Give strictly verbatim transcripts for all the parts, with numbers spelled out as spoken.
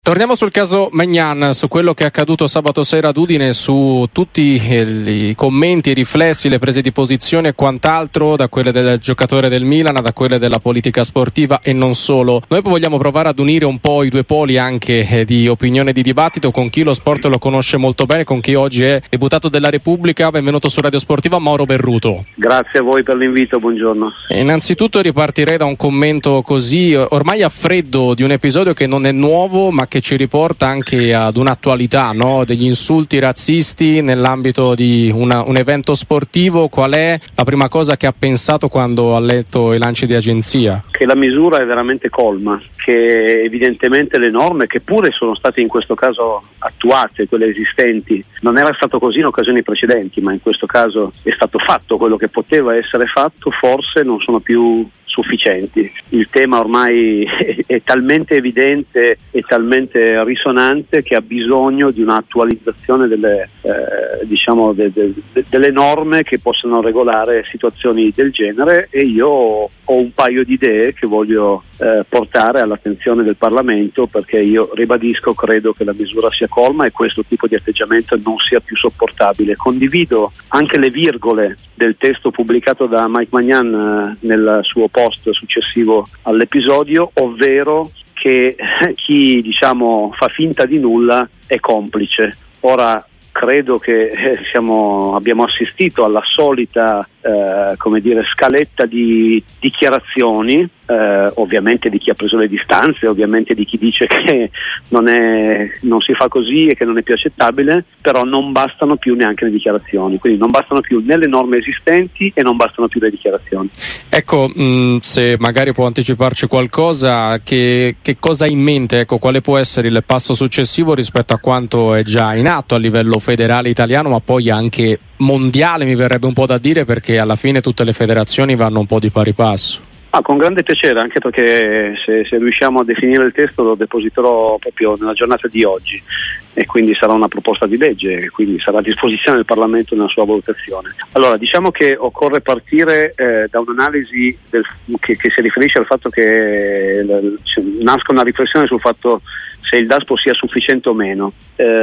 Torniamo sul caso Maignan, su quello che è accaduto sabato sera ad Udine, su tutti i commenti, i riflessi, le prese di posizione e quant'altro, da quelle del giocatore del Milan, da quelle della politica sportiva e non solo. Noi poi vogliamo provare ad unire un po' i due poli anche eh, di opinione e di dibattito, con chi lo sport lo conosce molto bene, con chi oggi è deputato della Repubblica. Benvenuto su Radio Sportiva, Mauro Berruto. Grazie a voi per l'invito, buongiorno. E innanzitutto ripartirei da un commento così, ormai a freddo, di un episodio che non è nuovo, ma che ci riporta anche ad un'attualità, no? Degli insulti razzisti nell'ambito di una, un evento sportivo. Qual è la prima cosa che ha pensato quando ha letto i lanci di agenzia? Che la misura è veramente colma, che evidentemente le norme, che pure sono state in questo caso attuate, quelle esistenti, non era stato così in occasioni precedenti, ma in questo caso è stato fatto quello che poteva essere fatto, forse non sono più sufficienti. Il tema ormai è, è talmente evidente e talmente risonante che ha bisogno di un'attualizzazione delle, eh, diciamo de, de, de, delle norme che possano regolare situazioni del genere, e io ho un paio di idee che voglio eh, portare all'attenzione del Parlamento, perché io ribadisco, credo che la misura sia colma e questo tipo di atteggiamento non sia più sopportabile. Condivido anche le virgole del testo pubblicato da Mike Maignan eh, nel suo post successivo all'episodio, ovvero che chi diciamo fa finta di nulla è complice. Ora credo che eh, siamo, abbiamo assistito alla solita eh, come dire scaletta di dichiarazioni, eh, ovviamente di chi ha preso le distanze, ovviamente di chi dice che non è, non si fa così e che non è più accettabile, però non bastano più neanche le dichiarazioni, quindi non bastano più né le norme esistenti e non bastano più le dichiarazioni. Ecco, mh, se magari può anticiparci qualcosa, che, che cosa ha in mente, ecco, quale può essere il passo successivo rispetto a quanto è già in atto a livello federale italiano, ma poi anche mondiale, mi verrebbe un po' da dire, perché alla fine tutte le federazioni vanno un po' di pari passo. Ah, con grande piacere, anche perché se, se riusciamo a definire il testo lo depositerò proprio nella giornata di oggi, e quindi sarà una proposta di legge, e quindi sarà a disposizione del Parlamento nella sua valutazione. Allora, diciamo che occorre partire eh, da un'analisi del, che, che si riferisce al fatto che l, nasca una riflessione sul fatto se il DASPO sia sufficiente o meno.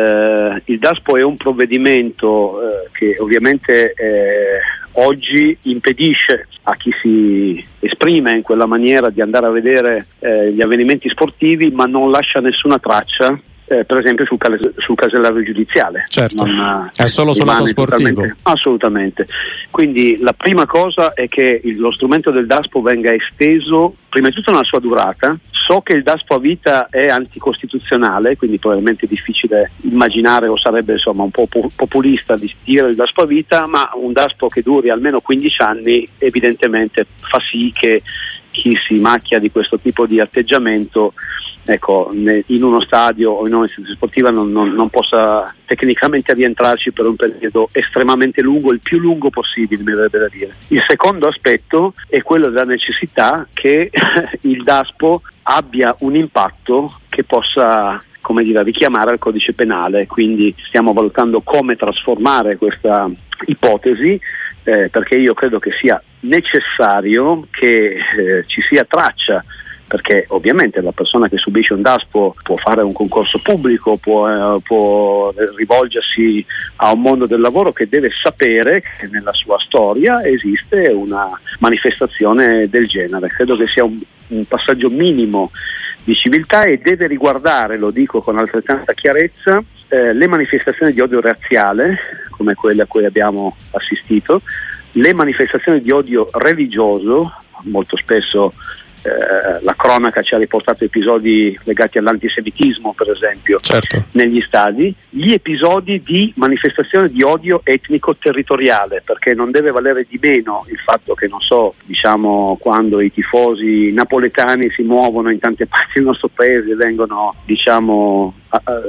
Eh, il DASPO è un provvedimento eh, che ovviamente eh, oggi impedisce a chi si esprime in quella maniera di andare a vedere eh, gli avvenimenti sportivi, ma non lascia nessuna traccia Eh, per esempio sul, cal- sul casellario giudiziale. Certo, non, è solo sul lato sportivo. Assolutamente. Quindi la prima cosa è che il, lo strumento del DASPO venga esteso prima di tutto nella sua durata. So che il DASPO a vita è anticostituzionale, quindi probabilmente è difficile immaginare, o sarebbe insomma un po' po- populista di dire il DASPO a vita, ma un DASPO che duri almeno quindici anni evidentemente fa sì che chi si macchia di questo tipo di atteggiamento, ecco, in uno stadio o in un'istituzione sportiva non, non, non possa tecnicamente rientrarci per un periodo estremamente lungo, il più lungo possibile, mi verrebbe da dire. Il secondo aspetto è quello della necessità che il DASPO abbia un impatto che possa, come dire, richiamare al codice penale, quindi stiamo valutando come trasformare questa ipotesi, eh, perché io credo che sia necessario che eh, ci sia traccia, perché ovviamente la persona che subisce un DASPO può fare un concorso pubblico, può, eh, può rivolgersi a un mondo del lavoro che deve sapere che nella sua storia esiste una manifestazione del genere. Credo che sia un, un passaggio minimo di civiltà e deve riguardare, lo dico con altrettanta chiarezza, eh, le manifestazioni di odio razziale, come quelle a cui abbiamo assistito, le manifestazioni di odio religioso, molto spesso Eh, la cronaca ci ha riportato episodi legati all'antisemitismo, per esempio, certo, negli stadi, gli episodi di manifestazione di odio etnico-territoriale, perché non deve valere di meno il fatto che, non so, diciamo, quando i tifosi napoletani si muovono in tante parti del nostro paese, vengono, diciamo, a, a,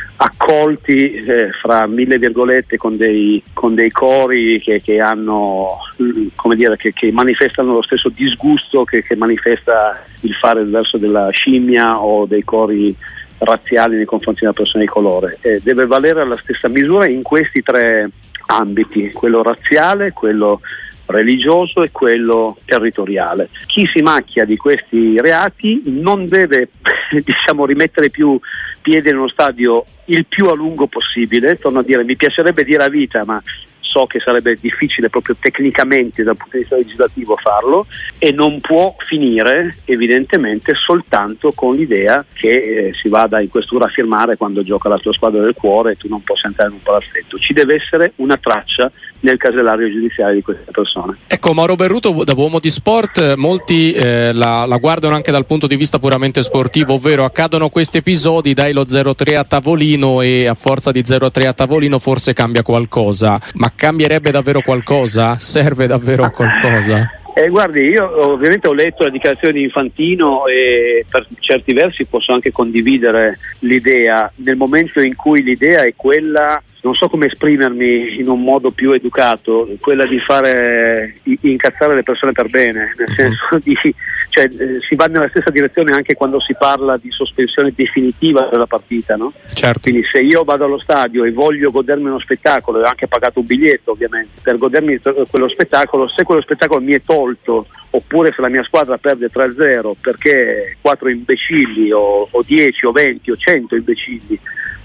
accolti eh, fra mille virgolette con dei, con dei cori che, che hanno, come dire, che, che manifestano lo stesso disgusto che, che manifesta il fare verso della scimmia o dei cori razziali nei confronti della persona di colore. Eh, deve valere alla stessa misura in questi tre ambiti, quello razziale, quello religioso e quello territoriale. Chi si macchia di questi reati non deve diciamo rimettere più piede in uno stadio il più a lungo possibile. Torno a dire, mi piacerebbe dire a vita, ma so che sarebbe difficile proprio tecnicamente dal punto di vista legislativo farlo, e non può finire evidentemente soltanto con l'idea che eh, si vada in questura a firmare quando gioca la tua squadra del cuore e tu non possa entrare in un palazzetto. Ci deve essere una traccia nel casellario giudiziario di queste persone. Ecco, Mauro Berruto, da uomo di sport, molti eh, la, la guardano anche dal punto di vista puramente sportivo, ovvero accadono questi episodi, dai lo zero tre a tavolino e a forza di zero tre a tavolino forse cambia qualcosa, ma cambierebbe davvero qualcosa? Serve davvero qualcosa? Eh, guardi, io ovviamente ho letto la dichiarazione di Infantino e per certi versi posso anche condividere l'idea, nel momento in cui l'idea è quella, non so come esprimermi in un modo più educato, quella di fare incazzare le persone per bene, nel senso di, cioè eh, si va nella stessa direzione anche quando si parla di sospensione definitiva della partita, no? Certo. Quindi se io vado allo stadio e voglio godermi uno spettacolo, e ho anche pagato un biglietto ovviamente per godermi quello spettacolo, se quello spettacolo mi è tolto, oppure se la mia squadra perde tre a zero perché quattro imbecilli o, o dieci o venti o cento imbecilli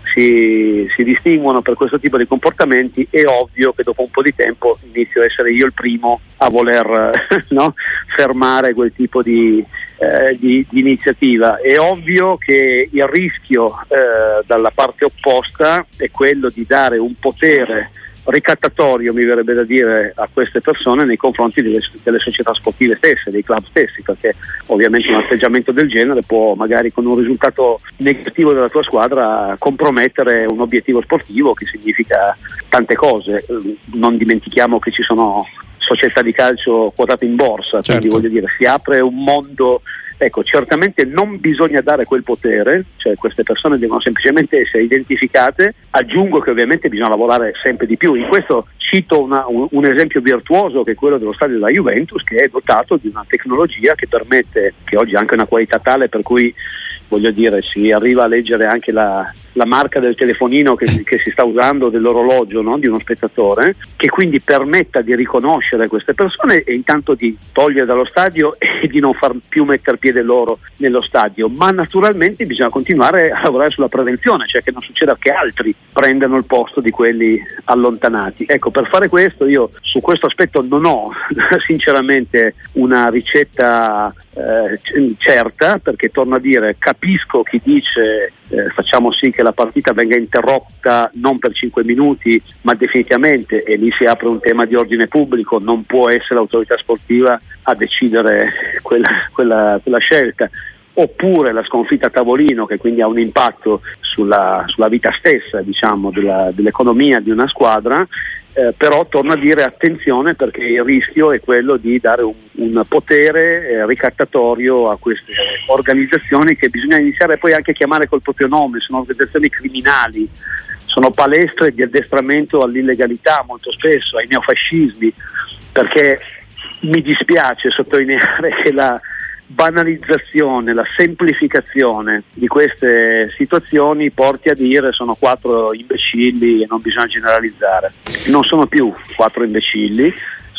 Si, si distinguono per questo tipo di comportamenti, è ovvio che dopo un po' di tempo inizio a essere io il primo a voler no, fermare quel tipo di, eh, di, di iniziativa. È ovvio che il rischio eh, dalla parte opposta è quello di dare un potere ricattatorio, mi verrebbe da dire, a queste persone nei confronti delle, delle società sportive stesse, dei club stessi, perché ovviamente un atteggiamento del genere può magari con un risultato negativo della tua squadra compromettere un obiettivo sportivo, che significa tante cose. Non dimentichiamo che ci sono società di calcio quotate in borsa, certo. Quindi voglio dire, si apre un mondo. Ecco, certamente non bisogna dare quel potere, cioè queste persone devono semplicemente essere identificate. Aggiungo che ovviamente bisogna lavorare sempre di più. In questo cito una, un, un esempio virtuoso, che è quello dello stadio della Juventus, che è dotato di una tecnologia che permette, che oggi ha anche una qualità tale per cui, voglio dire, si arriva a leggere anche la, la marca del telefonino che, che si sta usando, dell'orologio, no? Di uno spettatore, che quindi permetta di riconoscere queste persone e intanto di togliere dallo stadio e di non far più mettere piede loro nello stadio. Ma naturalmente bisogna continuare a lavorare sulla prevenzione, cioè che non succeda che altri prendano il posto di quelli allontanati. Ecco, per fare questo io su questo aspetto non ho sinceramente una ricetta eh, certa, perché torno a dire, capisco chi dice eh, facciamo sì che la partita venga interrotta non per cinque minuti ma definitivamente, e lì si apre un tema di ordine pubblico, non può essere l'autorità sportiva a decidere quella, quella, quella scelta. Oppure la sconfitta a tavolino, che quindi ha un impatto sulla, sulla vita stessa, diciamo, della, dell'economia di una squadra, eh, però torno a dire attenzione, perché il rischio è quello di dare un, un potere eh, ricattatorio a queste organizzazioni, che bisogna iniziare poi anche a chiamare col proprio nome. Sono organizzazioni criminali, sono palestre di addestramento all'illegalità molto spesso, ai neofascismi, perché mi dispiace sottolineare che la banalizzazione, la semplificazione di queste situazioni porti a dire sono quattro imbecilli e non bisogna generalizzare. Non sono più quattro imbecilli,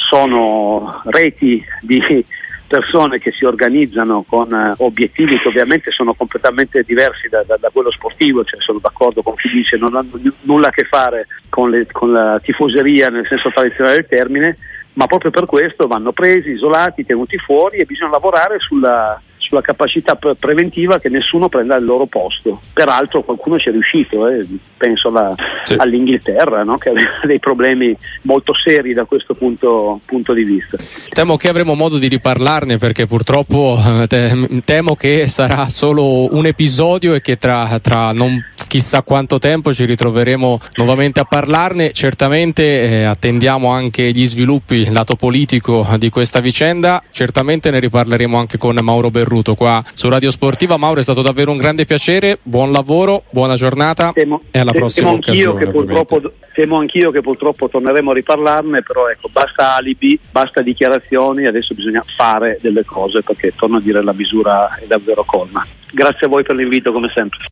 sono reti di persone che si organizzano con uh, obiettivi che ovviamente sono completamente diversi da, da, da quello sportivo, cioè sono d'accordo con chi dice non hanno n- nulla a che fare con, le, con la tifoseria nel senso tradizionale del termine, ma proprio per questo vanno presi, isolati, tenuti fuori, e bisogna lavorare sulla, sulla capacità pre- preventiva che nessuno prenda il loro posto. Peraltro qualcuno ci è riuscito, eh. penso alla, sì. all'Inghilterra, no? Che aveva dei problemi molto seri da questo punto, punto di vista. Temo che avremo modo di riparlarne, perché purtroppo te, temo che sarà solo un episodio e che tra, tra non chissà quanto tempo ci ritroveremo nuovamente a parlarne. Certamente eh, attendiamo anche gli sviluppi lato politico di questa vicenda, certamente ne riparleremo anche con Mauro Berruto qua su Radio Sportiva. Mauro, è stato davvero un grande piacere, buon lavoro, buona giornata temo, e alla prossima temo anch'io occasione. Che purtroppo, temo anch'io che purtroppo torneremo a riparlarne, però ecco, basta alibi, basta dichiarazioni, adesso bisogna fare delle cose, perché torno a dire la misura è davvero colma. Grazie a voi per l'invito come sempre.